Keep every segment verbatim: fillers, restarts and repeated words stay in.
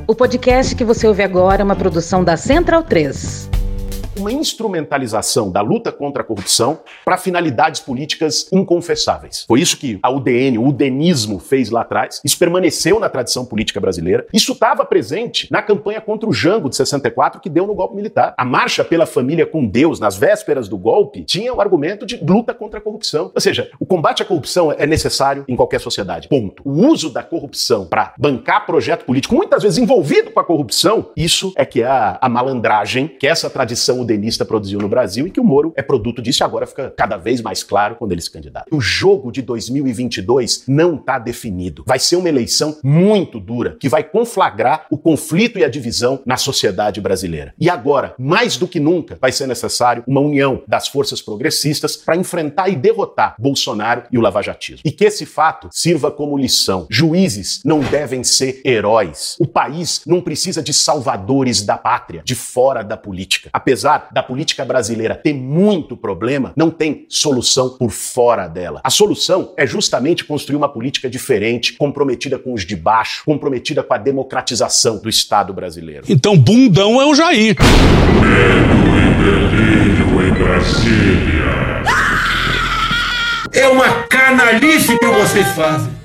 O podcast que você ouve agora é uma produção da Central três. Uma instrumentalização da luta contra a corrupção para finalidades políticas inconfessáveis. Foi isso que a U D N, o udenismo fez lá atrás. Isso permaneceu na tradição política brasileira. Isso estava presente na campanha contra o Jango de sessenta e quatro, que deu no golpe militar. A Marcha pela Família com Deus, nas vésperas do golpe, tinha o argumento de luta contra a corrupção. Ou seja, o combate à corrupção é necessário em qualquer sociedade. Ponto. O uso da corrupção para bancar projeto político, muitas vezes envolvido com a corrupção, isso é que é a, a malandragem que essa tradição udenista produziu no Brasil e que o Moro é produto disso e agora fica cada vez mais claro quando ele se candidata. O jogo de dois mil e vinte e dois não está definido. Vai ser uma eleição muito dura, que vai conflagrar o conflito e a divisão na sociedade brasileira. E agora, mais do que nunca, vai ser necessário uma união das forças progressistas para enfrentar e derrotar Bolsonaro e o lavajatismo. E que esse fato sirva como lição. Juízes não devem ser heróis. O país não precisa de salvadores da pátria, de fora da política. Apesar da política brasileira ter muito problema, não tem solução por fora dela. A solução é justamente construir uma política diferente, comprometida com os de baixo, comprometida com a democratização do Estado brasileiro. Então bundão é o Jair. Medo e delírio em Brasília. É uma canalice que vocês fazem.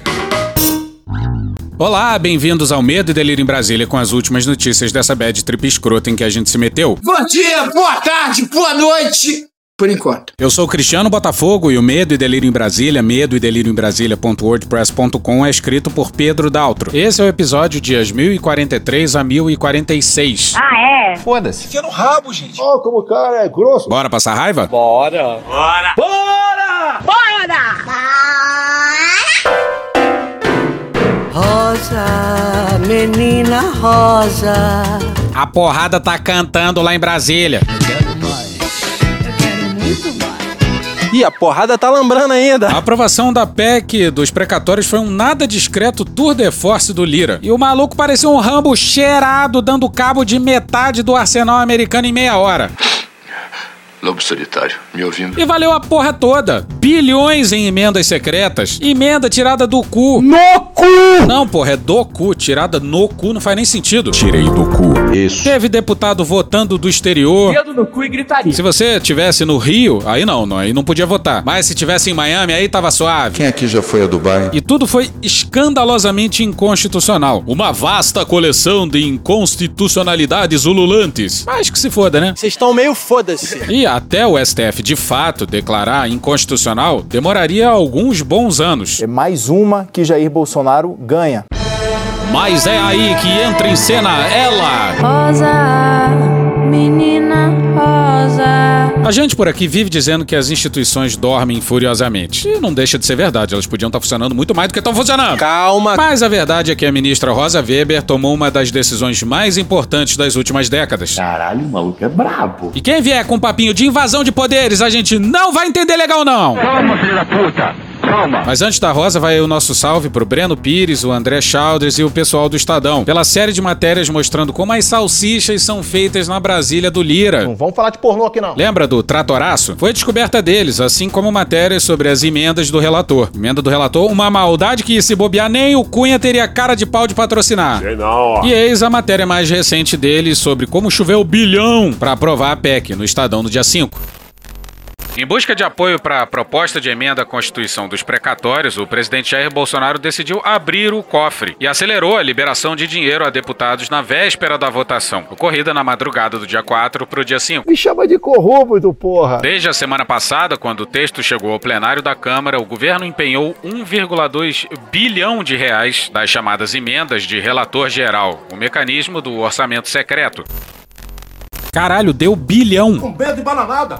Olá, bem-vindos ao Medo e Delírio em Brasília com as últimas notícias dessa bad trip escrota em que a gente se meteu. Bom dia, boa tarde, boa noite, por enquanto. Eu sou o Cristiano Botafogo e o Medo e Delírio em Brasília, medo e delírio em brasília ponto wordpress ponto com é escrito por Pedro Daltro. Esse é o episódio dias mil e quarenta e três a mil e quarenta e seis. Ah, é? Foda-se. Enfia no rabo, gente. Ó, oh, como o cara é grosso. Bora passar raiva? Bora! Bora! Bora! Bora! Rosa, menina rosa. A porrada tá cantando lá em Brasília. Eu quero mais. Eu quero muito mais. Ih, a porrada tá lambrando ainda. A aprovação da P E C dos precatórios foi um nada discreto tour de force do Lira. E o maluco parecia um Rambo cheirado dando cabo de metade do arsenal americano em meia hora. Lobo solitário, me ouvindo? E valeu a porra toda. Bilhões em emendas secretas. Emenda tirada do cu. No cu! Não, porra, é do cu. Tirada no cu não faz nem sentido. Tirei do cu. Isso. Teve deputado votando do exterior. Dedo no cu e gritaria. Se você tivesse no Rio, aí não, não, aí não podia votar. Mas se tivesse em Miami, aí tava suave. Quem aqui já foi a Dubai? E tudo foi escandalosamente inconstitucional. Uma vasta coleção de inconstitucionalidades ululantes. Mas que se foda, né? Vocês estão meio foda-se. E até o S T F, de fato, declarar inconstitucional, demoraria alguns bons anos. É mais uma que Jair Bolsonaro ganha. Mas é aí que entra em cena ela! Rosa, menina rosa. A gente por aqui vive dizendo que as instituições dormem furiosamente. E não deixa de ser verdade, elas podiam estar funcionando muito mais do que estão funcionando. Calma. Mas a verdade é que a ministra Rosa Weber tomou uma das decisões mais importantes das últimas décadas. Caralho, o maluco é brabo. E quem vier com um papinho de invasão de poderes, a gente não vai entender legal, não. Calma, filho da puta. Calma. Mas antes da Rosa, vai o nosso salve pro Breno Pires, o André Chalders e o pessoal do Estadão, pela série de matérias mostrando como as salsichas são feitas na Brasília do Lira. Não vamos falar de pornô aqui, não. Lembra do tratoraço? Foi descoberta deles, assim como matérias sobre as emendas do relator. Emenda do relator, uma maldade que, se bobear, nem o Cunha teria cara de pau de patrocinar. Sei não. E eis a matéria mais recente deles sobre como choveu bilhão pra aprovar a P E C no Estadão no dia cinco. Em busca de apoio para a proposta de emenda à Constituição dos precatórios, o presidente Jair Bolsonaro decidiu abrir o cofre e acelerou a liberação de dinheiro a deputados na véspera da votação, ocorrida na madrugada do dia quatro para o dia cinco. Me chama de corrupto, porra. Desde a semana passada, quando o texto chegou ao plenário da Câmara, o governo empenhou um vírgula dois bilhão de reais das chamadas emendas de relator geral, o mecanismo do orçamento secreto. Caralho, deu bilhão! Com medo de bananada.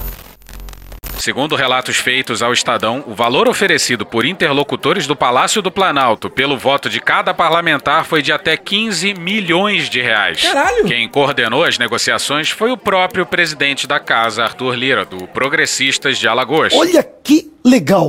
Segundo relatos feitos ao Estadão, o valor oferecido por interlocutores do Palácio do Planalto pelo voto de cada parlamentar foi de até quinze milhões de reais. Caralho! Quem coordenou as negociações foi o próprio presidente da casa, Arthur Lira, do Progressistas de Alagoas. Olha que legal.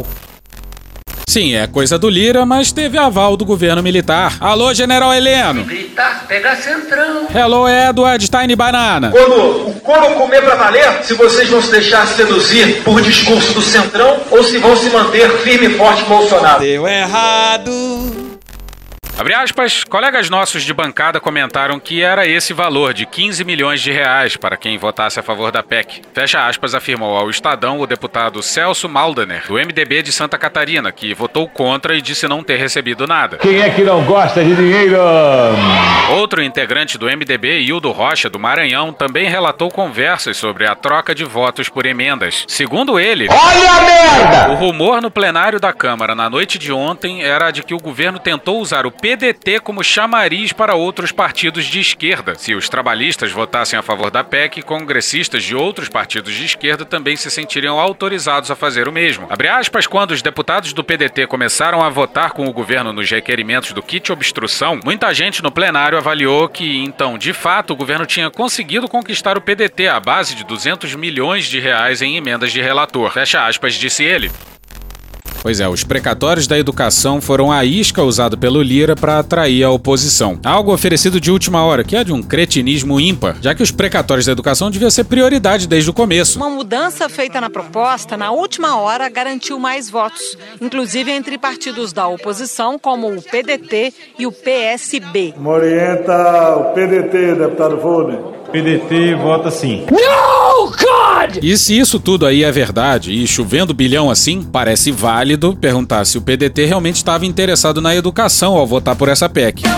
Sim, é coisa do Lira, mas teve aval do governo militar. Alô, General Heleno. Gritar, pega centrão. Hello, Edward Tiny Banana. Quando o couro comer pra valer, se vocês vão se deixar seduzir por discurso do centrão ou se vão se manter firme e forte Bolsonaro. Deu errado. Abre aspas, colegas nossos de bancada comentaram que era esse valor de quinze milhões de reais para quem votasse a favor da P E C. Fecha aspas, afirmou ao Estadão o deputado Celso Maldaner, do M D B de Santa Catarina, que votou contra e disse não ter recebido nada. Quem é que não gosta de dinheiro? Outro integrante do M D B, Hildo Rocha, do Maranhão, também relatou conversas sobre a troca de votos por emendas. Segundo ele, olha a merda! O rumor no plenário da Câmara na noite de ontem era de que o governo tentou usar o P D T como chamariz para outros partidos de esquerda. Se os trabalhistas votassem a favor da P E C, congressistas de outros partidos de esquerda também se sentiriam autorizados a fazer o mesmo. Abre aspas, quando os deputados do P D T começaram a votar com o governo nos requerimentos do kit obstrução, muita gente no plenário avaliou que, então, de fato, o governo tinha conseguido conquistar o P D T à base de duzentos milhões de reais em emendas de relator. Fecha aspas, disse ele. Pois é, os precatórios da educação foram a isca usada pelo Lira para atrair a oposição. Algo oferecido de última hora, que é de um cretinismo ímpar, já que os precatórios da educação deviam ser prioridade desde o começo. Uma mudança feita na proposta, na última hora, garantiu mais votos, inclusive entre partidos da oposição, como o P D T e o P S B. Me orienta o P D T, deputado Volney. P D T vota sim. No, God! E se isso tudo aí é verdade, e chovendo bilhão assim, parece válido perguntar se o P D T realmente estava interessado na educação ao votar por essa P E C.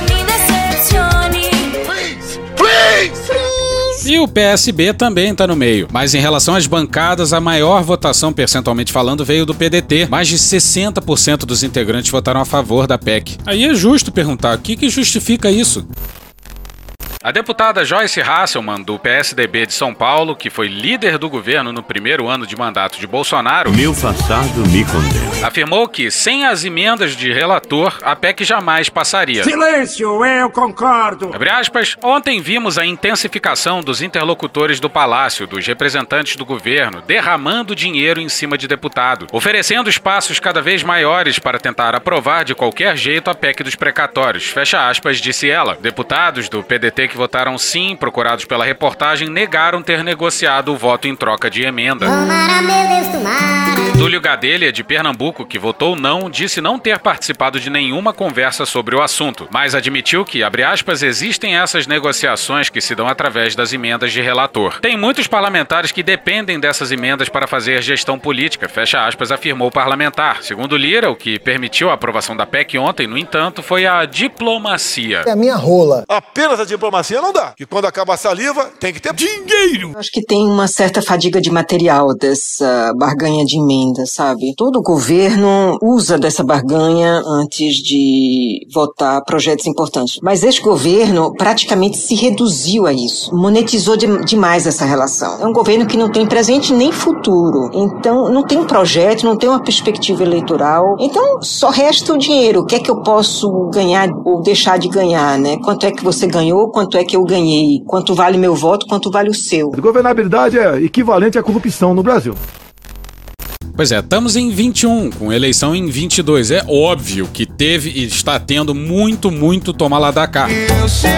Please, please, please. E o P S B também tá no meio. Mas em relação às bancadas, a maior votação percentualmente falando veio do P D T. Mais de sessenta por cento dos integrantes votaram a favor da P E C. Aí é justo perguntar, o que que justifica isso? A deputada Joyce Hasselmann, do P S D B de São Paulo, que foi líder do governo no primeiro ano de mandato de Bolsonaro, meu passado me condena, afirmou que, sem as emendas de relator, a P E C jamais passaria. Silêncio, eu concordo. Abre aspas, ontem vimos a intensificação dos interlocutores do Palácio, dos representantes do governo, derramando dinheiro em cima de deputado, oferecendo espaços cada vez maiores para tentar aprovar de qualquer jeito a P E C dos precatórios. Fecha aspas, disse ela. Deputados do P D T que votaram sim, procurados pela reportagem, negaram ter negociado o voto em troca de emenda. Túlio Gadelha, de Pernambuco, que votou não, disse não ter participado de nenhuma conversa sobre o assunto, mas admitiu que, abre aspas, existem essas negociações que se dão através das emendas de relator. Tem muitos parlamentares que dependem dessas emendas para fazer gestão política, fecha aspas, afirmou o parlamentar. Segundo Lira, o que permitiu a aprovação da P E C ontem, no entanto, foi a diplomacia. É a minha rola. Apenas a diplomacia não dá. E quando acaba a saliva, tem que ter dinheiro. Acho que tem uma certa fadiga de material dessa barganha de emenda, sabe? Todo governo usa dessa barganha antes de votar projetos importantes. Mas este governo praticamente se reduziu a isso. Monetizou de, demais essa relação. É um governo que não tem presente nem futuro. Então, não tem um projeto, não tem uma perspectiva eleitoral. Então, só resta o dinheiro. O que é que eu posso ganhar ou deixar de ganhar, né? Quanto é que você ganhou, quanto é que eu ganhei, quanto vale meu voto, quanto vale o seu. Governabilidade é equivalente à corrupção no Brasil. Pois é, estamos em vinte e um, com eleição em vinte e dois. É óbvio que teve e está tendo muito, muito toma lá da cá. Eu sei.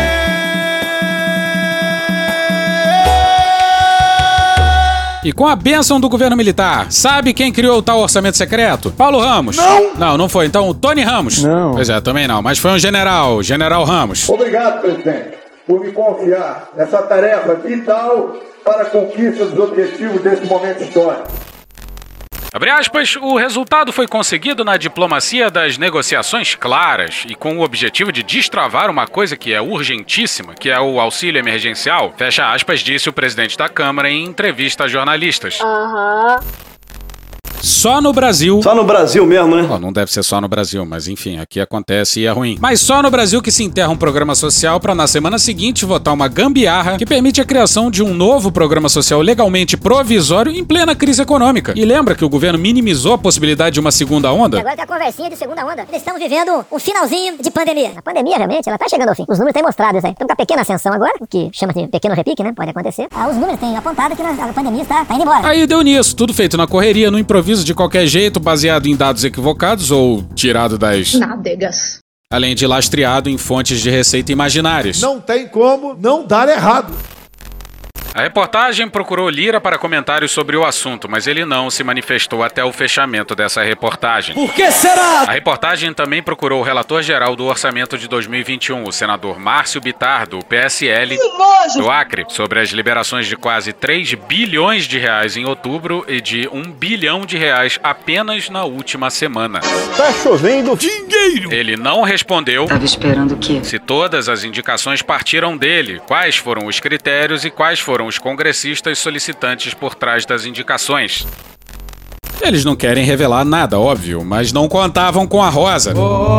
E com a bênção do governo militar, sabe quem criou o tal orçamento secreto? Paulo Ramos. Não! Não, não foi. Então, o Tony Ramos. Não. Pois é, também não. Mas foi um general, General Ramos. Obrigado, presidente, por me confiar nessa tarefa vital para a conquista dos objetivos desse momento histórico. Abre aspas, o resultado foi conseguido na diplomacia das negociações claras e com o objetivo de destravar uma coisa que é urgentíssima, que é o auxílio emergencial. Fecha aspas, disse o presidente da Câmara em entrevista a jornalistas. Aham. Uhum. Só no Brasil... Só no Brasil mesmo, né? Oh, não deve ser só no Brasil, mas enfim, aqui acontece e é ruim. Mas só no Brasil que se enterra um programa social pra na semana seguinte votar uma gambiarra que permite a criação de um novo programa social legalmente provisório em plena crise econômica. E lembra que o governo minimizou a possibilidade de uma segunda onda? Agora tem a conversinha de segunda onda. Eles estão vivendo um finalzinho de pandemia. A pandemia, realmente, ela tá chegando ao fim. Os números têm mostrado isso aí. Estamos com a pequena ascensão agora, o que chama de pequeno repique, né? Pode acontecer. Ah, os números têm apontado que a pandemia está, tá indo embora. Aí deu nisso, tudo feito na correria, no improviso de qualquer jeito, baseado em dados equivocados ou tirado das... nádegas. Além de lastreado em fontes de receita imaginárias. Não tem como não dar errado. A reportagem procurou Lira para comentários sobre o assunto, mas ele não se manifestou até o fechamento dessa reportagem. Por que será? A reportagem também procurou o relator-geral do orçamento de dois mil e vinte e um, o senador Márcio Bittar, do P S L do Acre, sobre as liberações de quase três bilhões de reais em outubro e de um bilhão de reais apenas na última semana. Tá chovendo dinheiro! Ele não respondeu. Tava esperando o quê? Se todas as indicações partiram dele, quais foram os critérios e quais foram os congressistas solicitantes por trás das indicações. Eles não querem revelar nada, óbvio, mas não contavam com a Rosa.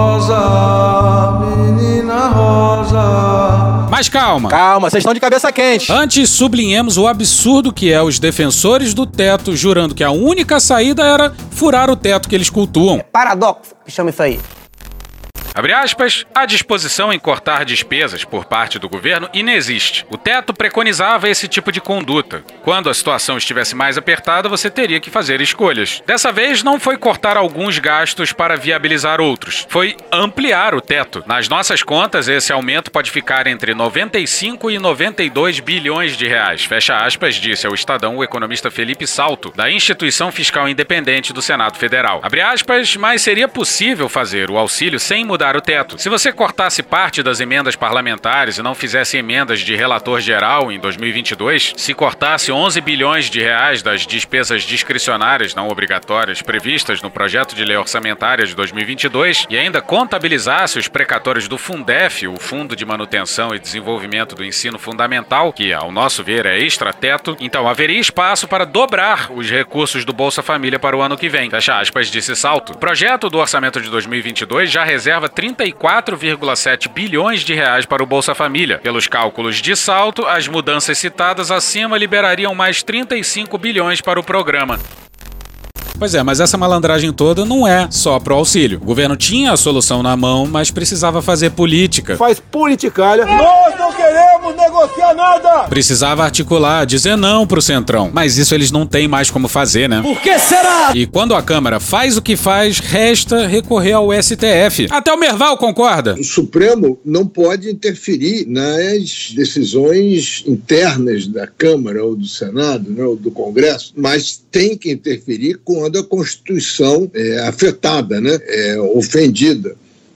Rosa, menina Rosa. Mas calma. Calma, vocês estão de cabeça quente. Antes, sublinhemos o absurdo que é os defensores do teto jurando que a única saída era furar o teto que eles cultuam. Paradoxo, que chama isso aí. Abre aspas, a disposição em cortar despesas por parte do governo inexiste. O teto preconizava esse tipo de conduta. Quando a situação estivesse mais apertada, você teria que fazer escolhas. Dessa vez, não foi cortar alguns gastos para viabilizar outros. Foi ampliar o teto. Nas nossas contas, esse aumento pode ficar entre noventa e cinco e noventa e dois bilhões de reais. Fecha aspas, disse ao Estadão o economista Felipe Salto, da Instituição Fiscal Independente do Senado Federal. Abre aspas, mas seria possível fazer o auxílio sem mudar o teto. Se você cortasse parte das emendas parlamentares e não fizesse emendas de relator geral em dois mil e vinte e dois, se cortasse onze bilhões de reais das despesas discricionárias não obrigatórias previstas no projeto de lei orçamentária de dois mil e vinte e dois e ainda contabilizasse os precatórios do Fundef, o Fundo de Manutenção e Desenvolvimento do Ensino Fundamental, que ao nosso ver é extrateto, então haveria espaço para dobrar os recursos do Bolsa Família para o ano que vem. Fecha aspas, disse Salto. O projeto do orçamento de dois mil e vinte e dois já reserva trinta e quatro vírgula sete bilhões de reais para o Bolsa Família. Pelos cálculos de Salto, as mudanças citadas acima liberariam mais trinta e cinco bilhões para o programa. Pois é, mas essa malandragem toda não é só pro auxílio. O governo tinha a solução na mão, mas precisava fazer política. Faz politicalha. Nós não queremos negociar nada! Precisava articular, dizer não pro Centrão. Mas isso eles não têm mais como fazer, né? Por que será? E quando a Câmara faz o que faz, resta recorrer ao S T F. Até o Merval concorda. O Supremo não pode interferir nas decisões internas da Câmara ou do Senado, né, ou do Congresso, mas tem que interferir quando a Constituição é afetada, né, é ofendida.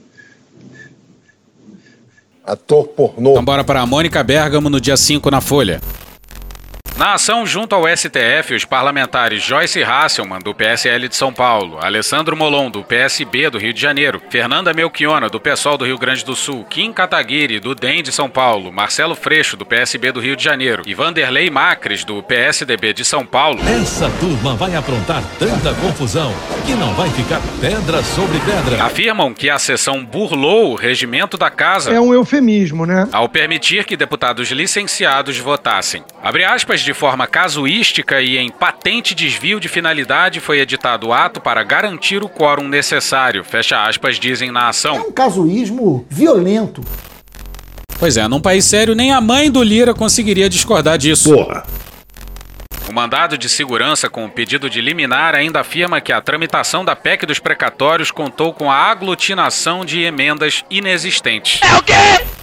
Ator pornô. Então bora para a Mônica Bergamo no dia cinco na Folha. Na ação junto ao S T F, os parlamentares Joyce Hasselmann, do P S L de São Paulo, Alessandro Molon, do P S B do Rio de Janeiro, Fernanda Melchiona, do PSOL do Rio Grande do Sul, Kim Kataguiri, do D E M de São Paulo, Marcelo Freixo, do P S B do Rio de Janeiro e Vanderlei Macris, do P S D B de São Paulo. Essa turma vai aprontar tanta confusão que não vai ficar pedra sobre pedra. Afirmam que a sessão burlou o regimento da casa. É um eufemismo, né? Ao permitir que deputados licenciados votassem. Abre aspas, de forma casuística e em patente desvio de finalidade, foi editado o ato para garantir o quórum necessário. Fecha aspas, dizem na ação. É um casuísmo violento. Pois é, num país sério, nem a mãe do Lira conseguiria discordar disso. Porra. O mandado de segurança com o pedido de liminar ainda afirma que a tramitação da P E C dos precatórios contou com a aglutinação de emendas inexistentes. É o quê?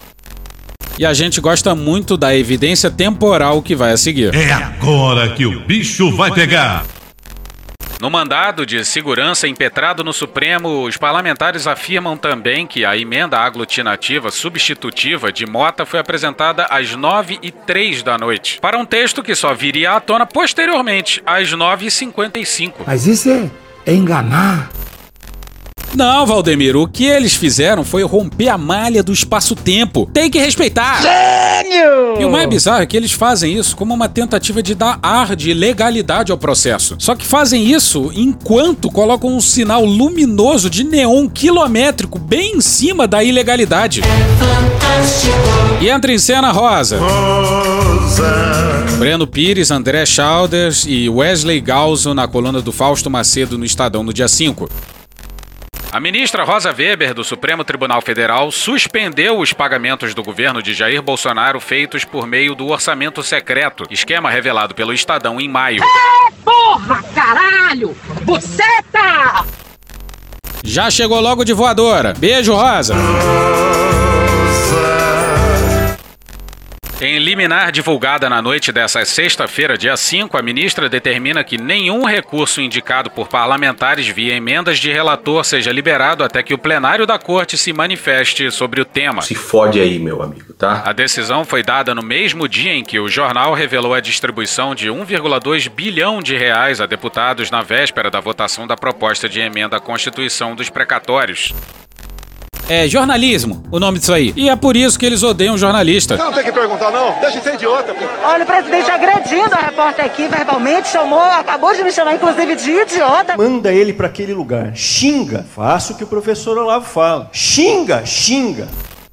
E a gente gosta muito da evidência temporal que vai a seguir. É agora que o bicho vai pegar. No mandado de segurança impetrado no Supremo, os parlamentares afirmam também que a emenda aglutinativa substitutiva de Mota foi apresentada às nove e três da noite, para um texto que só viria à tona posteriormente, às nove e cinquenta e cinco. Mas isso é, é enganar. Não, Valdemiro, o que eles fizeram foi romper a malha do espaço-tempo. Tem que respeitar! Gênio! E o mais bizarro é que eles fazem isso como uma tentativa de dar ar de legalidade ao processo. Só que fazem isso enquanto colocam um sinal luminoso de neon quilométrico bem em cima da ilegalidade. Fantástico. E entra em cena Rosa. Rosa. Breno Pires, André Chalders e Wesley Galzo na coluna do Fausto Macedo no Estadão no dia cinco. A ministra Rosa Weber, do Supremo Tribunal Federal, suspendeu os pagamentos do governo de Jair Bolsonaro feitos por meio do orçamento secreto, esquema revelado pelo Estadão em maio. É, porra, caralho! Buceta! Já chegou logo de voadora. Beijo, Rosa! Em liminar divulgada na noite dessa sexta-feira, dia cinco, a ministra determina que nenhum recurso indicado por parlamentares via emendas de relator seja liberado até que o plenário da corte se manifeste sobre o tema. Se fode aí, meu amigo, tá? A decisão foi dada no mesmo dia em que o jornal revelou a distribuição de um vírgula dois bilhão de reais a deputados na véspera da votação da proposta de emenda à Constituição dos precatórios. É jornalismo, o nome disso aí. E é por isso que eles odeiam jornalista. Não tem que perguntar, não. Deixa de ser idiota, pô. Olha, o presidente agredindo a repórter aqui verbalmente, chamou, acabou de me chamar, inclusive, de idiota. Manda ele pra aquele lugar. Xinga. Faça o que o professor Olavo fala. Xinga, xinga.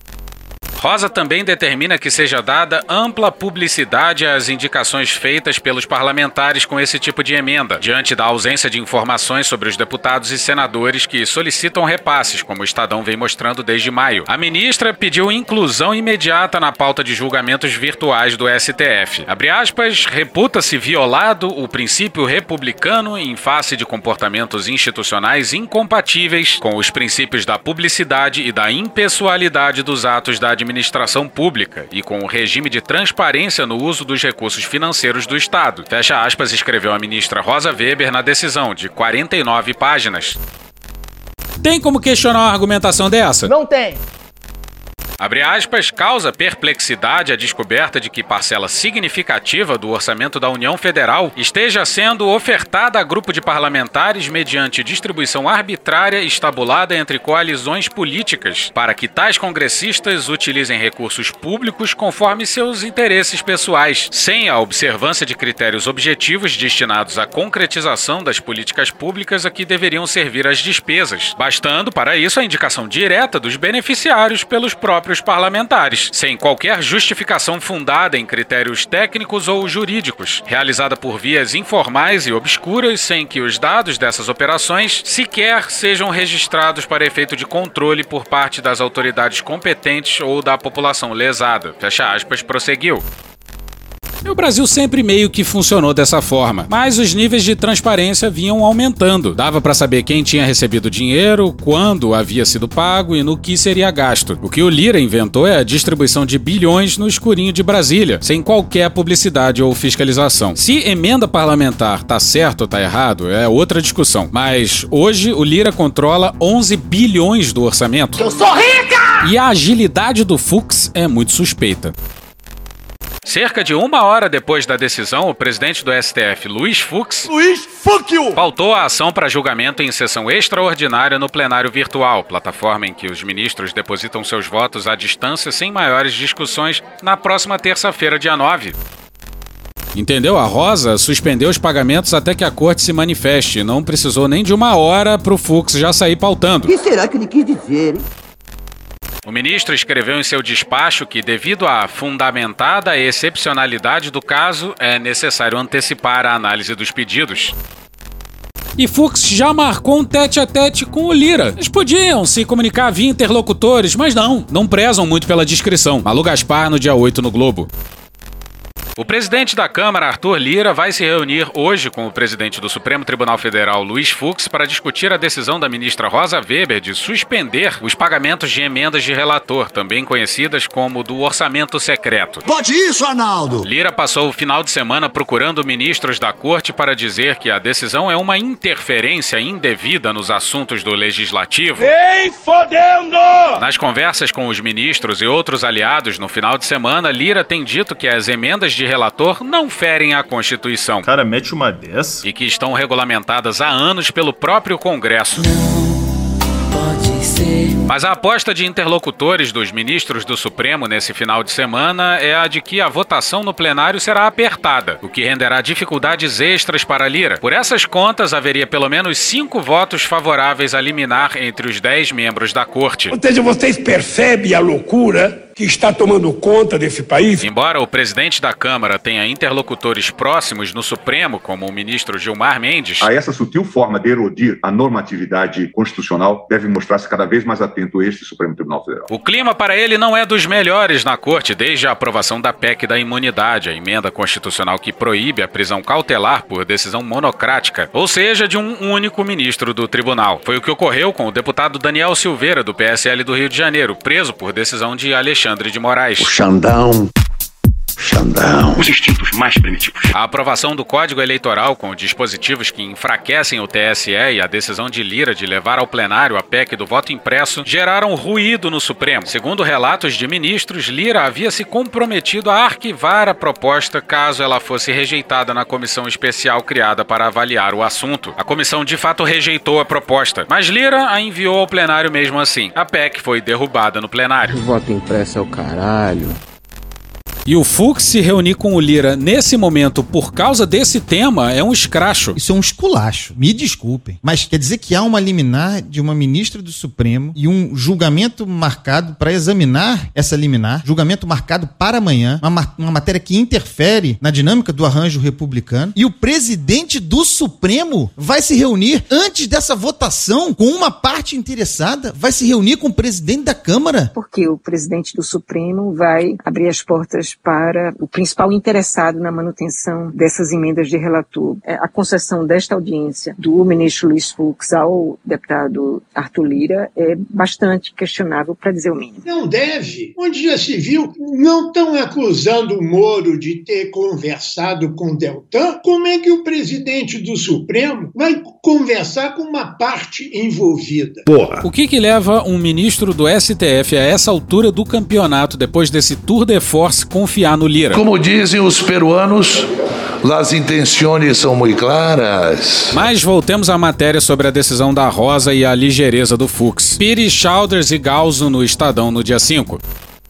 Rosa também determina que seja dada ampla publicidade às indicações feitas pelos parlamentares com esse tipo de emenda, diante da ausência de informações sobre os deputados e senadores que solicitam repasses, como o Estadão vem mostrando desde maio. A ministra pediu inclusão imediata na pauta de julgamentos virtuais do S T F. Abre aspas, reputa-se violado o princípio republicano em face de comportamentos institucionais incompatíveis com os princípios da publicidade e da impessoalidade dos atos da administração administração pública e com o regime de transparência no uso dos recursos financeiros do Estado. Fecha aspas, escreveu a ministra Rosa Weber na decisão, de quarenta e nove páginas. Tem como questionar uma argumentação dessa? Não tem. Abre aspas, causa perplexidade a descoberta de que parcela significativa do orçamento da União Federal esteja sendo ofertada a grupo de parlamentares mediante distribuição arbitrária estabulada entre coalizões políticas para que tais congressistas utilizem recursos públicos conforme seus interesses pessoais, sem a observância de critérios objetivos destinados à concretização das políticas públicas a que deveriam servir as despesas, bastando para isso a indicação direta dos beneficiários pelos próprios os parlamentares, sem qualquer justificação fundada em critérios técnicos ou jurídicos, realizada por vias informais e obscuras, sem que os dados dessas operações sequer sejam registrados para efeito de controle por parte das autoridades competentes ou da população lesada. Fecha aspas, prosseguiu. O Brasil sempre meio que funcionou dessa forma, mas os níveis de transparência vinham aumentando. Dava para saber quem tinha recebido dinheiro, quando havia sido pago e no que seria gasto. O que o Lira inventou é a distribuição de bilhões no escurinho de Brasília, sem qualquer publicidade ou fiscalização. Se emenda parlamentar tá certo ou tá errado, é outra discussão. Mas hoje o Lira controla onze bilhões do orçamento. Eu sou rica! E a agilidade do Fux é muito suspeita. Cerca de uma hora depois da decisão, o presidente do S T F, Luiz Fux, Luiz, fuck you! pautou a ação para julgamento em sessão extraordinária no plenário virtual, plataforma em que os ministros depositam seus votos à distância sem maiores discussões na próxima terça-feira, dia nove. Entendeu? A Rosa suspendeu os pagamentos até que a corte se manifeste. Não precisou nem de uma hora pro Fux já sair pautando. O que será que ele quis dizer, hein? O ministro escreveu em seu despacho que, devido à fundamentada excepcionalidade do caso, é necessário antecipar a análise dos pedidos. E Fux já marcou um tete-a-tete com o Lira. Eles podiam se comunicar via interlocutores, mas não, não prezam muito pela discrição. Malu Gaspar no dia oito no Globo. O presidente da Câmara, Arthur Lira, vai se reunir hoje com o presidente do Supremo Tribunal Federal, Luiz Fux, para discutir a decisão da ministra Rosa Weber de suspender os pagamentos de emendas de relator, também conhecidas como do orçamento secreto. Pode isso, Arnaldo! Lira passou o final de semana procurando ministros da corte para dizer que a decisão é uma interferência indevida nos assuntos do legislativo. Ei, fodendo! Nas conversas com os ministros e outros aliados no final de semana, Lira tem dito que as emendas de relator não ferem a Constituição. Cara, mete uma dessa. E que estão regulamentadas há anos pelo próprio Congresso. Mas a aposta de interlocutores dos ministros do Supremo nesse final de semana é a de que a votação no plenário será apertada, o que renderá dificuldades extras para Lira. Por essas contas, haveria pelo menos cinco votos favoráveis a liminar entre os dez membros da corte. Ou seja, vocês percebem a loucura que está tomando conta desse país? Embora o presidente da Câmara tenha interlocutores próximos no Supremo, como o ministro Gilmar Mendes, a essa sutil forma de erodir a normatividade constitucional deve mostrar-se cada vez mais atento este Supremo Tribunal Federal. O clima para ele não é dos melhores na corte desde a aprovação da P E C da imunidade, a emenda constitucional que proíbe a prisão cautelar por decisão monocrática, ou seja, de um único ministro do tribunal. Foi o que ocorreu com o deputado Daniel Silveira, do P S L do Rio de Janeiro, preso por decisão de Alexandre de Moraes. O Xandão. Xandão. Os instintos mais primitivos. A aprovação do Código Eleitoral com dispositivos que enfraquecem o T S E e a decisão de Lira de levar ao plenário a P E C do voto impresso geraram ruído no Supremo. Segundo relatos de ministros, Lira havia se comprometido a arquivar a proposta caso ela fosse rejeitada na comissão especial criada para avaliar o assunto. A comissão de fato rejeitou a proposta, mas Lira a enviou ao plenário mesmo assim. A P E C foi derrubada no plenário. O voto impresso é o caralho. E o Fux se reunir com o Lira nesse momento por causa desse tema é um escracho. Isso é um esculacho, me desculpem. Mas quer dizer que há uma liminar de uma ministra do Supremo e um julgamento marcado para examinar essa liminar, julgamento marcado para amanhã, uma, uma matéria que interfere na dinâmica do arranjo republicano, e o presidente do Supremo vai se reunir antes dessa votação com uma parte interessada, vai se reunir com o presidente da Câmara. Porque o presidente do Supremo vai abrir as portas para o principal interessado na manutenção dessas emendas de relator. A concessão desta audiência do ministro Luiz Fux ao deputado Arthur Lira é bastante questionável, para dizer o mínimo. Não deve. Onde já se viu, não estão acusando o Moro de ter conversado com o Deltan. Como é que o presidente do Supremo vai conversar com uma parte envolvida? Porra. O que que leva um ministro do S T F a essa altura do campeonato, depois desse tour de force, confiar no Lira? Como dizem os peruanos, as intenções são muito claras. Mas voltemos à matéria sobre a decisão da Rosa e a ligeireza do Fux. Pires, Childers e Galzo no Estadão no dia cinco.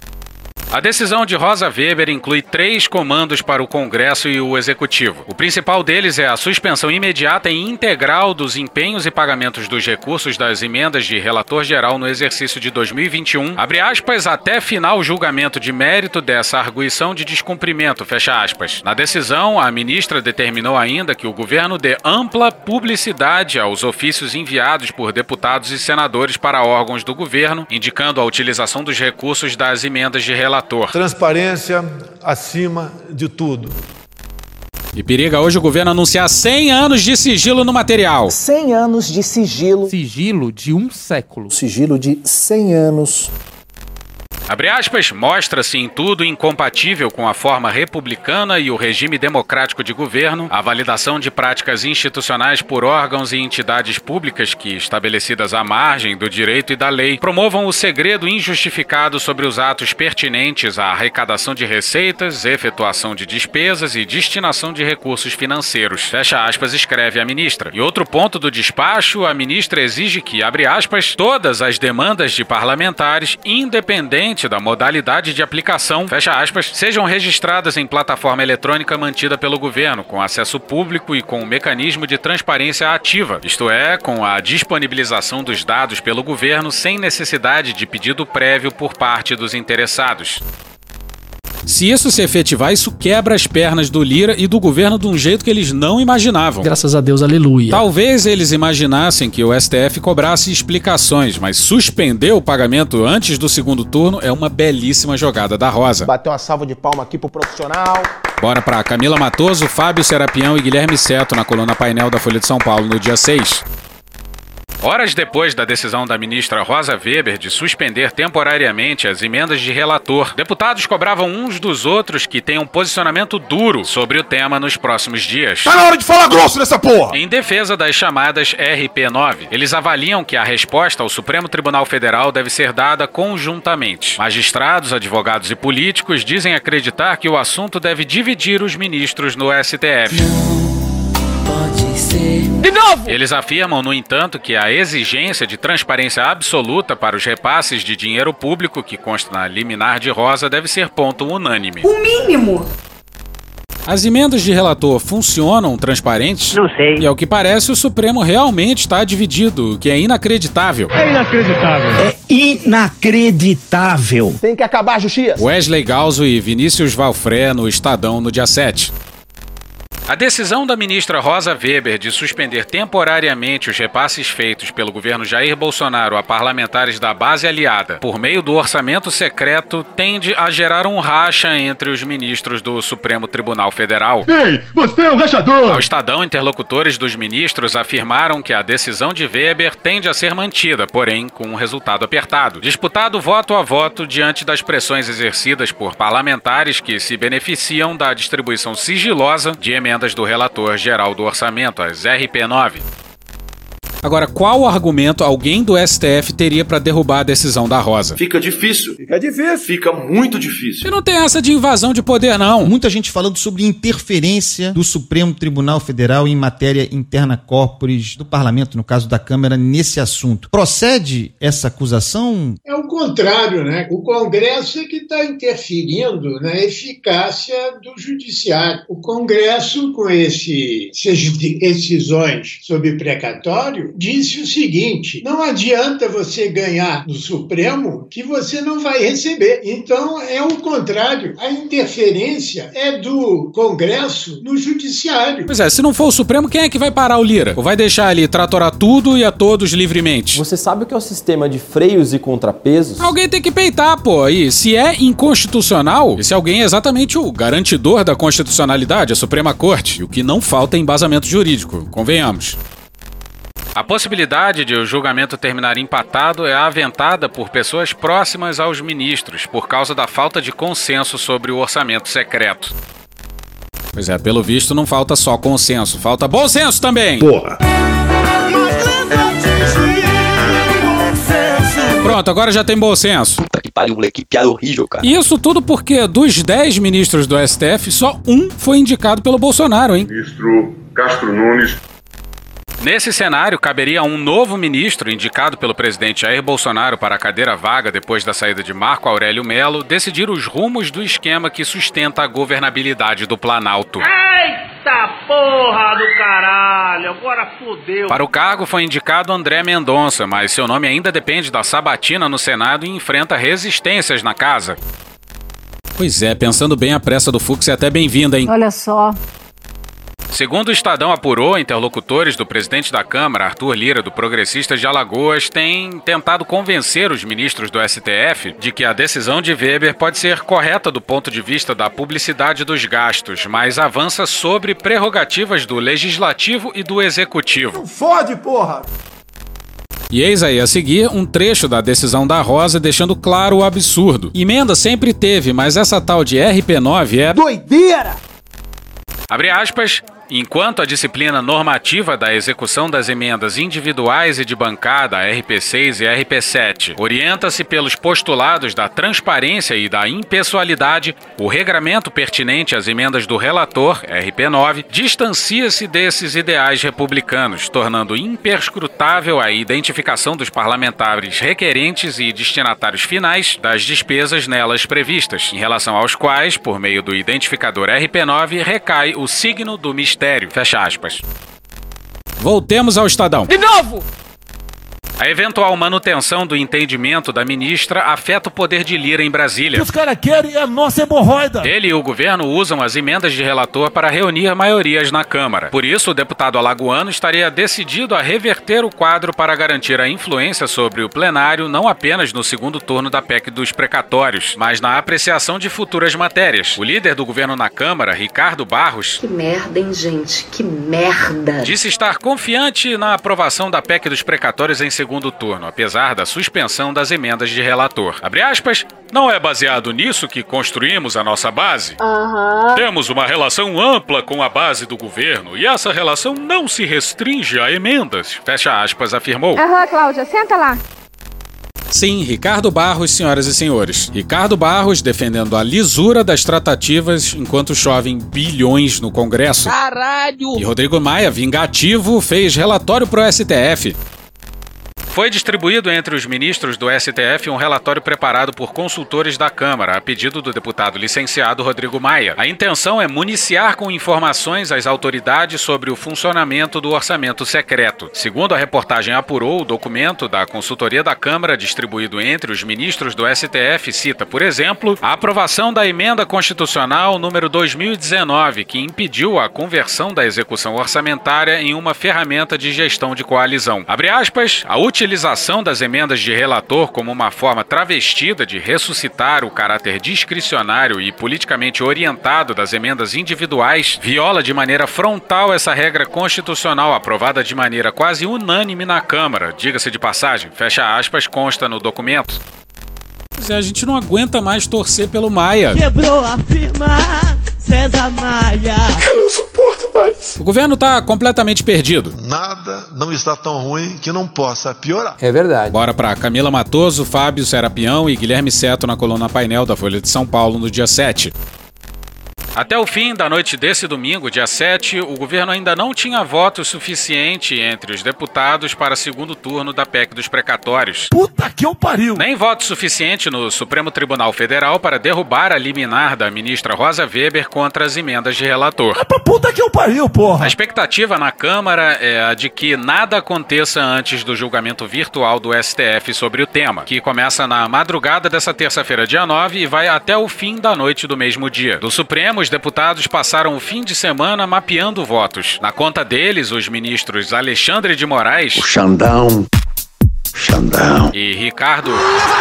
A decisão de Rosa Weber inclui três comandos para o Congresso e o Executivo. O principal deles é a suspensão imediata e integral dos empenhos e pagamentos dos recursos das emendas de relator geral no exercício de dois mil e vinte e um, abre aspas, até final julgamento de mérito dessa arguição de descumprimento, fecha aspas. Na decisão, a ministra determinou ainda que o governo dê ampla publicidade aos ofícios enviados por deputados e senadores para órgãos do governo, indicando a utilização dos recursos das emendas de relator. Transparência acima de tudo. E periga hoje o governo anunciar cem anos de sigilo no material. cem anos de sigilo. Sigilo de um século. Sigilo de cem anos. Abre aspas, mostra-se em tudo incompatível com a forma republicana e o regime democrático de governo, a validação de práticas institucionais por órgãos e entidades públicas que, estabelecidas à margem do direito e da lei, promovam o segredo injustificado sobre os atos pertinentes à arrecadação de receitas, efetuação de despesas e destinação de recursos financeiros. Fecha aspas, escreve a ministra. E outro ponto do despacho, a ministra exige que, abre aspas, todas as demandas de parlamentares, independente da modalidade de aplicação, fecha aspas, sejam registradas em plataforma eletrônica mantida pelo governo, com acesso público e com um mecanismo de transparência ativa, isto é, com a disponibilização dos dados pelo governo sem necessidade de pedido prévio por parte dos interessados. Se isso se efetivar, isso quebra as pernas do Lira e do governo de um jeito que eles não imaginavam. Graças a Deus, aleluia. Talvez eles imaginassem que o S T F cobrasse explicações, mas suspender o pagamento antes do segundo turno é uma belíssima jogada da Rosa. Bateu uma salva de palma aqui pro profissional. Bora pra Camila Matoso, Fábio Serapião e Guilherme Seto na coluna Painel da Folha de São Paulo no dia seis. Horas depois da decisão da ministra Rosa Weber de suspender temporariamente as emendas de relator, deputados cobravam uns dos outros que tenham um posicionamento duro sobre o tema nos próximos dias. Tá na hora de falar grosso nessa porra! Em defesa das chamadas R P nove, eles avaliam que a resposta ao Supremo Tribunal Federal deve ser dada conjuntamente. Magistrados, advogados e políticos dizem acreditar que o assunto deve dividir os ministros no S T F. Pode ser. De novo! Eles afirmam, no entanto, que a exigência de transparência absoluta para os repasses de dinheiro público que consta na liminar de Rosa deve ser ponto unânime. O mínimo! As emendas de relator funcionam transparentes? Não sei. E ao que parece, o Supremo realmente está dividido, o que é inacreditável. É inacreditável. É inacreditável. Tem que acabar a justiça. Wesley Galzo e Vinícius Valfré no Estadão no dia sete. A decisão da ministra Rosa Weber de suspender temporariamente os repasses feitos pelo governo Jair Bolsonaro a parlamentares da base aliada por meio do orçamento secreto tende a gerar um racha entre os ministros do Supremo Tribunal Federal. Ei, você é um rachador! Ao Estadão, interlocutores dos ministros afirmaram que a decisão de Weber tende a ser mantida, porém com um resultado apertado, disputado voto a voto diante das pressões exercidas por parlamentares que se beneficiam da distribuição sigilosa de emendas do relator geral do orçamento, as R P nove. Agora, qual argumento alguém do S T F teria para derrubar a decisão da Rosa? Fica difícil. Fica difícil. Fica muito difícil. E não tem essa de invasão de poder, não. Muita gente falando sobre interferência do Supremo Tribunal Federal em matéria interna corporis do Parlamento, no caso da Câmara, nesse assunto. Procede essa acusação? É o contrário, né? O Congresso é que está interferindo na eficácia do Judiciário. O Congresso, com esse, essas decisões sobre precatório, disse o seguinte: não adianta você ganhar no Supremo que você não vai receber. Então é o contrário. A interferência é do Congresso no Judiciário. Pois é, se não for o Supremo, quem é que vai parar o Lira? Ou vai deixar ali tratorar tudo e a todos livremente? Você sabe o que é o sistema de freios e contrapesos? Alguém tem que peitar, pô. E se é inconstitucional, esse alguém é exatamente o garantidor da constitucionalidade, a Suprema Corte. E o que não falta é embasamento jurídico, convenhamos. A possibilidade de o julgamento terminar empatado é aventada por pessoas próximas aos ministros, por causa da falta de consenso sobre o orçamento secreto. Pois é, pelo visto não falta só consenso, falta bom senso também! Porra! Pronto, agora já tem bom senso. Puta que pariu, moleque, que piada horrível, cara. Isso tudo porque dos dez ministros do S T F, só um foi indicado pelo Bolsonaro, hein? Ministro Castro Nunes. Nesse cenário, caberia a um novo ministro, indicado pelo presidente Jair Bolsonaro para a cadeira vaga depois da saída de Marco Aurélio Melo, decidir os rumos do esquema que sustenta a governabilidade do Planalto. Eita porra do caralho, agora fodeu. Para o cargo foi indicado André Mendonça, mas seu nome ainda depende da sabatina no Senado e enfrenta resistências na casa. Pois é, pensando bem, a pressa do Fux é até bem-vinda, hein? Olha só. Segundo o Estadão apurou, interlocutores do presidente da Câmara, Arthur Lira, do Progressistas de Alagoas, têm tentado convencer os ministros do S T F de que a decisão de Weber pode ser correta do ponto de vista da publicidade dos gastos, mas avança sobre prerrogativas do Legislativo e do Executivo. Fode, porra! E eis aí a seguir um trecho da decisão da Rosa deixando claro o absurdo. Emenda sempre teve, mas essa tal de R P nove é... doideira! Abre aspas. Enquanto a disciplina normativa da execução das emendas individuais e de bancada, R P seis e R P sete, orienta-se pelos postulados da transparência e da impessoalidade, o regramento pertinente às emendas do relator, R P nove, distancia-se desses ideais republicanos, tornando imperscrutável a identificação dos parlamentares requerentes e destinatários finais das despesas nelas previstas, em relação aos quais, por meio do identificador R P nove, recai o signo do mistério. Fecha aspas. Voltemos ao Estadão. De novo! A eventual manutenção do entendimento da ministra afeta o poder de Lira em Brasília. O que os caras querem é a nossa hemorroida. Ele e o governo usam as emendas de relator para reunir maiorias na Câmara. Por isso, o deputado alagoano estaria decidido a reverter o quadro para garantir a influência sobre o plenário não apenas no segundo turno da P E C dos precatórios, mas na apreciação de futuras matérias. O líder do governo na Câmara, Ricardo Barros... Que merda, hein, gente? Que merda! Disse estar confiante na aprovação da P E C dos precatórios em segundo segundo turno, apesar da suspensão das emendas de relator. Abre aspas, não é baseado nisso que construímos a nossa base? Uhum. Temos uma relação ampla com a base do governo e essa relação não se restringe a emendas. Fecha aspas, afirmou. Aham, uhum, Cláudia, senta lá. Sim, Ricardo Barros, senhoras e senhores. Ricardo Barros defendendo a lisura das tratativas enquanto chovem bilhões no Congresso. Caralho! E Rodrigo Maia, vingativo, fez relatório pro S T F. Foi distribuído entre os ministros do S T F um relatório preparado por consultores da Câmara, a pedido do deputado licenciado Rodrigo Maia. A intenção é municiar com informações as autoridades sobre o funcionamento do orçamento secreto. Segundo a reportagem apurou, o documento da consultoria da Câmara, distribuído entre os ministros do S T F, cita, por exemplo, a aprovação da emenda constitucional número dois mil e dezenove, que impediu a conversão da execução orçamentária em uma ferramenta de gestão de coalizão. Abre aspas, a utilização das emendas de relator como uma forma travestida de ressuscitar o caráter discricionário e politicamente orientado das emendas individuais viola de maneira frontal essa regra constitucional aprovada de maneira quase unânime na Câmara. Diga-se de passagem, fecha aspas, consta no documento. Pois é, a gente não aguenta mais torcer pelo Maia. Quebrou a firma César Maia. Eu não suporto mais. O governo tá completamente perdido. Nada não está tão ruim que não possa piorar. É verdade. Bora pra Camila Matoso, Fábio Serapião e Guilherme Seto na coluna Painel da Folha de São Paulo no dia sete. Até o fim da noite desse domingo, dia sete, o governo ainda não tinha voto suficiente entre os deputados para segundo turno da P E C dos precatórios. Puta que eu pariu! Nem voto suficiente no Supremo Tribunal Federal para derrubar a liminar da ministra Rosa Weber contra as emendas de relator. É pra puta que eu pariu, porra! A expectativa na Câmara é a de que nada aconteça antes do julgamento virtual do S T F sobre o tema, que começa na madrugada dessa terça-feira, dia nove, e vai até o fim da noite do mesmo dia. Do Supremo, os deputados passaram o fim de semana mapeando votos. Na conta deles, os ministros Alexandre de Moraes, o Xandão, Xandão e Ricardo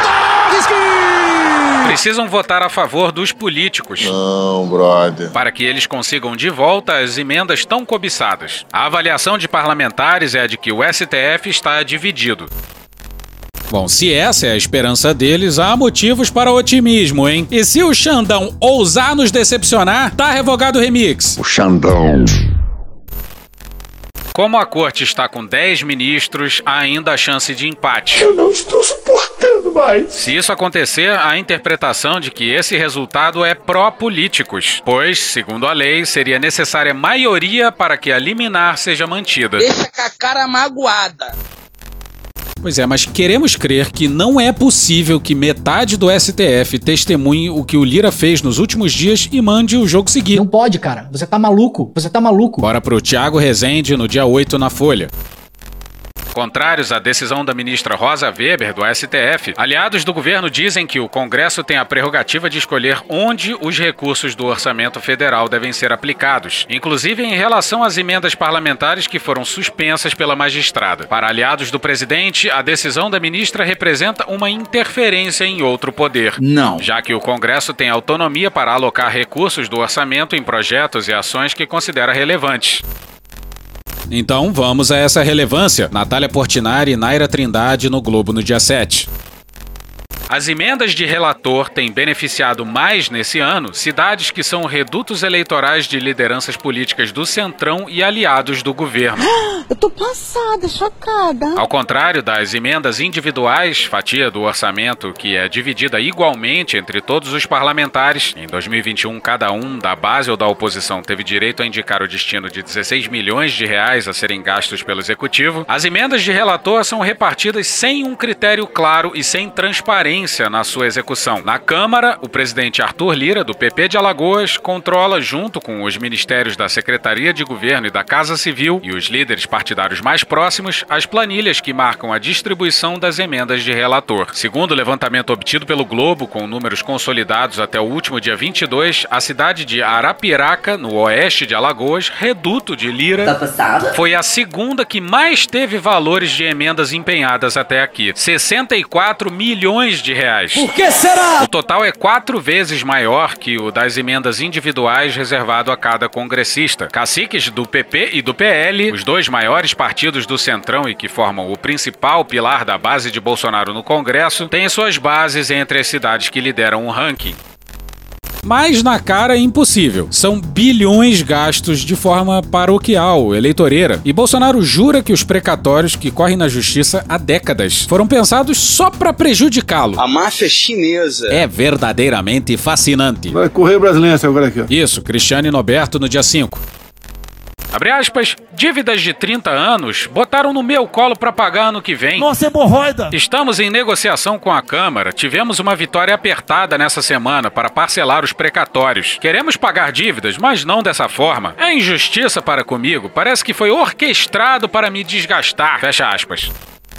precisam votar a favor dos políticos. Não, brother. Para que eles consigam de volta as emendas tão cobiçadas. A avaliação de parlamentares é a de que o S T F está dividido. Bom, se essa é a esperança deles, há motivos para otimismo, hein? E se o Xandão ousar nos decepcionar, tá revogado o remix. O Xandão. Como a corte está com dez ministros, há ainda a chance de empate. Eu não estou suportando mais. Se isso acontecer, há a interpretação de que esse resultado é pró-políticos, pois, segundo a lei, seria necessária maioria para que a liminar seja mantida. Deixa com a cara magoada. Pois é, mas queremos crer que não é possível que metade do S T F testemunhe o que o Lira fez nos últimos dias e mande o jogo seguir. Não pode, cara. Você tá maluco. Você tá maluco. Bora pro Thiago Rezende no dia oito na Folha. Contrários à decisão da ministra Rosa Weber, do S T F, aliados do governo dizem que o Congresso tem a prerrogativa de escolher onde os recursos do orçamento federal devem ser aplicados, inclusive em relação às emendas parlamentares que foram suspensas pela magistrada. Para aliados do presidente, a decisão da ministra representa uma interferência em outro poder. Não. Já que o Congresso tem autonomia para alocar recursos do orçamento em projetos e ações que considera relevantes. Então vamos a essa relevância. Natália Portinari e Naira Trindade no Globo no dia sete. As emendas de relator têm beneficiado mais nesse ano cidades que são redutos eleitorais de lideranças políticas do Centrão e aliados do governo. Eu tô passada, chocada. Ao contrário das emendas individuais, fatia do orçamento que é dividida igualmente entre todos os parlamentares, em dois mil e vinte e um cada um, da base ou da oposição, teve direito a indicar o destino de dezesseis milhões de reais a serem gastos pelo Executivo, as emendas de relator são repartidas sem um critério claro e sem transparência na sua execução. Na Câmara, o presidente Arthur Lira, do P P de Alagoas, controla, junto com os ministérios da Secretaria de Governo e da Casa Civil e os líderes partidários mais próximos, as planilhas que marcam a distribuição das emendas de relator. Segundo o levantamento obtido pelo Globo, com números consolidados até o último dia vinte e dois, a cidade de Arapiraca, no oeste de Alagoas, reduto de Lira, Tá passada? foi a segunda que mais teve valores de emendas empenhadas até aqui. sessenta e quatro milhões de reais. Por que será? O total é quatro vezes maior que o das emendas individuais reservado a cada congressista. Caciques do P P e do P L, os dois maiores partidos do Centrão e que formam o principal pilar da base de Bolsonaro no Congresso, têm suas bases entre as cidades que lideram o ranking. Mas na cara é impossível. São bilhões gastos de forma paroquial, eleitoreira. E Bolsonaro jura que os precatórios que correm na justiça há décadas foram pensados só pra prejudicá-lo. A máfia chinesa. É verdadeiramente fascinante. Vai correr brasileiro agora aqui, ó. Isso, Cristiane Noberto no dia cinco. Abre aspas, dívidas de trinta anos botaram no meu colo pra pagar ano que vem. Nossa, hemorroida! Estamos em negociação com a Câmara. Tivemos uma vitória apertada nessa semana para parcelar os precatórios. Queremos pagar dívidas, mas não dessa forma. É injustiça para comigo. Parece que foi orquestrado para me desgastar. Fecha aspas.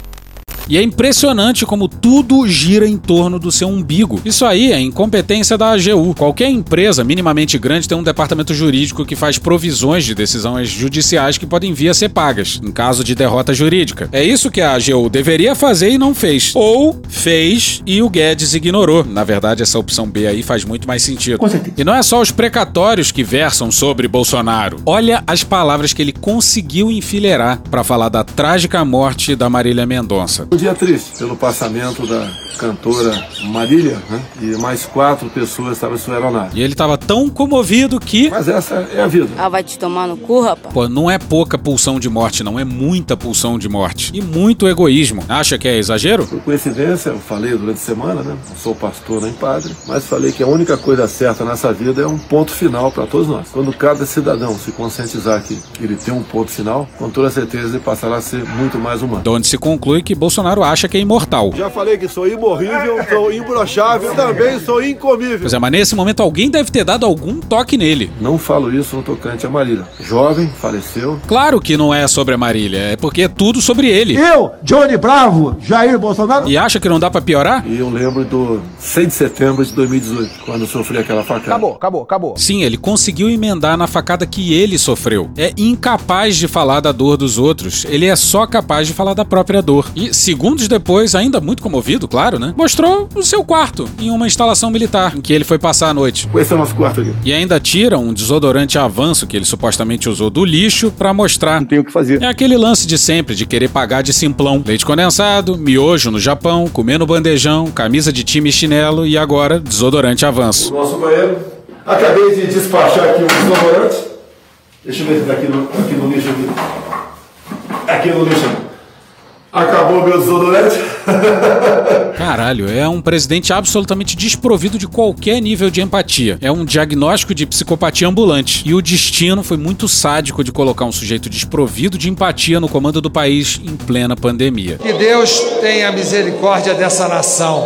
E é impressionante como tudo gira em torno do seu umbigo. Isso aí é incompetência da A G U. Qualquer empresa minimamente grande tem um departamento jurídico que faz provisões de decisões judiciais que podem vir a ser pagas, em caso de derrota jurídica. É isso que a A G U deveria fazer e não fez. Ou fez e o Guedes ignorou. Na verdade, essa opção B aí faz muito mais sentido. E não é só os precatórios que versam sobre Bolsonaro. Olha as palavras que ele conseguiu enfileirar para falar da trágica morte da Marília Mendonça. Um dia triste pelo passamento da cantora Marília, né? E mais quatro pessoas estavam em sua aeronave. E ele estava tão comovido que... Mas essa é a vida. Ah, vai te tomar no cu, rapaz? Pô, não é pouca pulsão de morte, não. É muita pulsão de morte. E muito egoísmo. Acha que é exagero? Por coincidência, eu falei durante a semana, né? Não sou pastor nem padre, mas falei que a única coisa certa nessa vida é um ponto final para todos nós. Quando cada cidadão se conscientizar que ele tem um ponto final, com toda certeza ele passará a ser muito mais humano. De onde se conclui que Bolsonaro acha que é imortal. Já falei que sou imorrível, sou imbrochável, também sou incomível. Pois é, mas nesse momento alguém deve ter dado algum toque nele. Não falo isso no tocante a Marília. Jovem, faleceu. Claro que não é sobre a Marília, é porque é tudo sobre ele. Eu, Johnny Bravo, Jair Bolsonaro. E acha que não dá pra piorar? E eu lembro do seis de setembro de dois mil e dezoito, quando eu sofri aquela facada. Acabou, acabou, acabou. Sim, ele conseguiu emendar na facada que ele sofreu. É incapaz de falar da dor dos outros. Ele é só capaz de falar da própria dor. E segundos depois, ainda muito comovido, claro, né? Mostrou o seu quarto em uma instalação militar em que ele foi passar a noite. Esse é o nosso quarto aqui. E ainda tira um desodorante Avanço que ele supostamente usou do lixo pra mostrar. Não tem o que fazer. É aquele lance de sempre, de querer pagar de simplão. Leite condensado, miojo no Japão, comendo bandejão, camisa de time e chinelo e agora desodorante Avanço. O nosso banheiro. Acabei de despachar aqui o desodorante. Deixa eu ver se tá aqui no, aqui no lixo aqui. Aqui no lixo. Acabou meu desodorante. Caralho, é um presidente absolutamente desprovido de qualquer nível de empatia. É um diagnóstico de psicopatia ambulante. E o destino foi muito sádico de colocar um sujeito desprovido de empatia no comando do país em plena pandemia. Que Deus tenha misericórdia dessa nação.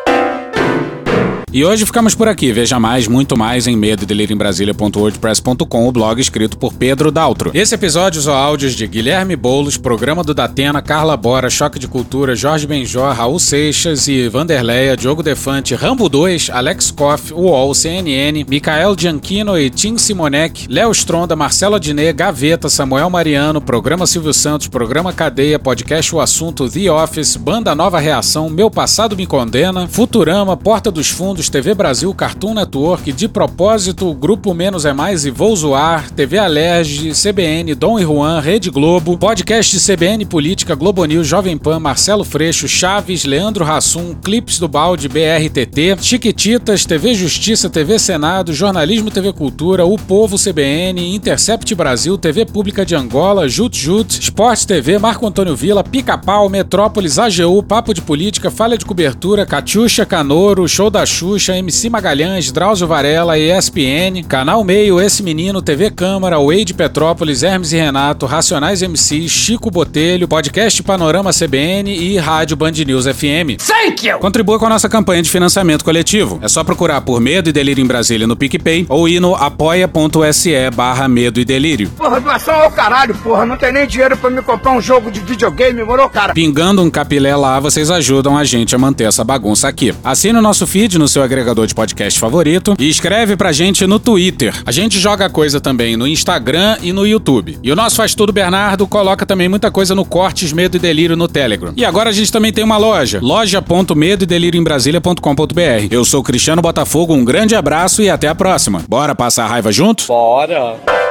E hoje ficamos por aqui. Veja mais, muito mais em medo e delírio em brasília ponto wordpress ponto com, o blog escrito por Pedro Daltro. Esse episódio usou áudios de Guilherme Boulos, Programa do Datena, Carla Bora, Choque de Cultura, Jorge Benjor, Raul Seixas e Vanderleia, Diogo Defante, Rambo dois, Alex Koff, U O L, C N N, Micael Gianchino e Tim Simonek, Léo Stronda, Marcelo Adnet, Gaveta, Samuel Mariano, Programa Silvio Santos, Programa Cadeia, Podcast O Assunto, The Office, Banda Nova Reação, Meu Passado Me Condena, Futurama, Porta dos Fundos, T V Brasil, Cartoon Network, De Propósito, Grupo Menos é Mais e Vou Zoar, T V Alerj, C B N, Dom e Juan, Rede Globo, Podcast C B N Política, Globo News, Jovem Pan, Marcelo Freixo, Chaves, Leandro Hassum, Clipes do Balde, B R T T, Chiquititas, T V Justiça, T V Senado, Jornalismo T V Cultura, O Povo C B N, Intercept Brasil, T V Pública de Angola, Jut Jut, Esporte T V, Marco Antônio Villa, Pica-Pau, Metrópolis, A G U, Papo de Política, Falha de Cobertura, Catiuxa Canoro, Show da Xuxa, M C Magalhães, Drauzio Varela, E S P N, Canal Meio, Esse Menino, T V Câmara, Wade Petrópolis, Hermes e Renato, Racionais M Cs, Chico Botelho, Podcast Panorama C B N e Rádio Band News F M. Thank you! Contribua com a nossa campanha de financiamento coletivo. É só procurar por Medo e Delírio em Brasília no PicPay ou ir no apoia.se barra Medo e Delírio. Porra, doação ao caralho, porra. Não tem nem dinheiro pra me comprar um jogo de videogame, moro, cara? Pingando um capilé lá, vocês ajudam a gente a manter essa bagunça aqui. Assine o nosso feed no seu agregador de podcast favorito e escreve pra gente no Twitter. A gente joga coisa também no Instagram e no YouTube. E o nosso Faz Tudo Bernardo coloca também muita coisa no Cortes Medo e Delírio no Telegram. E agora a gente também tem uma loja, loja ponto medo e delírio em brasília ponto com ponto br. Eu sou Cristiano Botafogo, um grande abraço e até a próxima. Bora passar a raiva junto? Bora!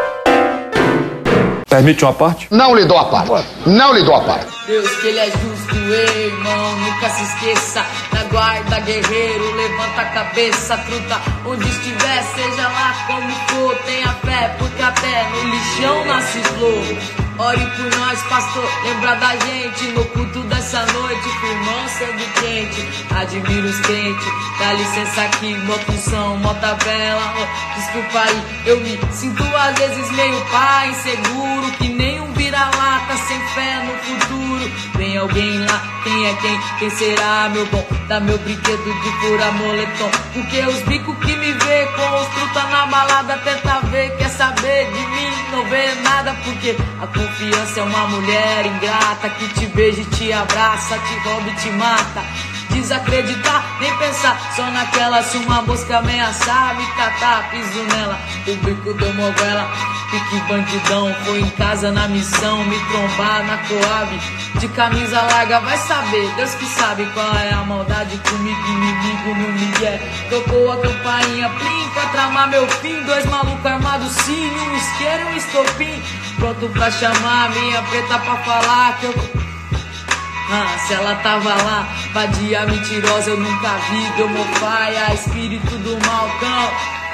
Permite uma parte? Não lhe dou a parte. Não lhe dou a parte. Deus, que ele é justo, ei, irmão, nunca se esqueça. Na guarda, guerreiro, levanta a cabeça, truta. Onde estiver, seja lá como for, tenha fé, porque até no lixão nasce flor. Ore por nós, pastor, lembra da gente no culto dessa noite, firmão sangue quente. Admiro os crentes, dá licença aqui, mó função, mó tabela. Oh, desculpa aí, eu me sinto às vezes meio pá, inseguro, que nem um vira-lata sem fé no futuro. Vem alguém lá, quem é quem? Quem será, meu bom? Dá meu brinquedo de fura moletom. Porque os bicos que me vê com os truta na balada tenta ver, quer saber de mim, não vê nada. Porque a confiança é uma mulher ingrata que te beija e te abraça, te rouba e te mata. Desacreditar, nem pensar, só naquela, se uma mosca ameaçar, me catar, piso nela. O bico deu novela, pique bandidão, foi em casa na missão, me trombar na Coab, de camisa larga, vai saber, Deus que sabe qual é a maldade comigo, inimigo no migué. Tocou a campainha, plim, pra tramar meu fim, dois malucos armados sim, um isqueiro e um estopim, pronto pra chamar minha preta pra falar que eu... Ah, se ela tava lá, vadia mentirosa eu nunca vi, deu mofaia, espírito do malcão.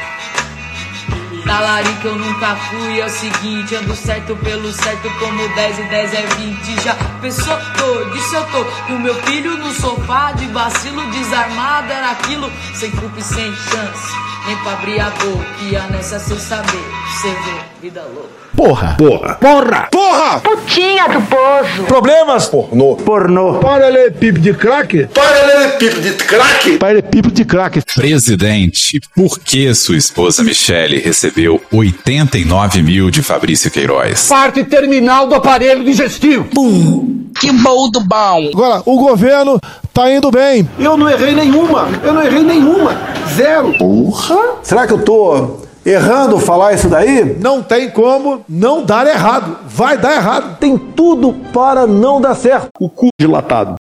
Talarica eu nunca fui, é o seguinte, ando certo pelo certo como dez e dez é vinte. Já pensou, tô, disse eu tô com meu filho no sofá, de vacilo desarmado, era aquilo, sem culpa e sem chance, nem pra abrir a boca, ia nessa sem saber, cê vê, vida louca. Porra! Porra! Porra! Porra! Putinha do poço. Problemas? Pornô. Pornô. Paralelepípedo de crack? Paralelepípedo de crack? Paralelepípedo de crack. Presidente, por que sua esposa Michele recebeu oitenta e nove mil de Fabrício Queiroz? Parte terminal do aparelho digestivo. Pum. Que bom do bom. Agora, o governo tá indo bem. Eu não errei nenhuma. Eu não errei nenhuma. Zero. Porra. Será que eu tô... errando falar isso daí? Não tem como não dar errado. Vai dar errado. Tem tudo para não dar certo. O cu dilatado.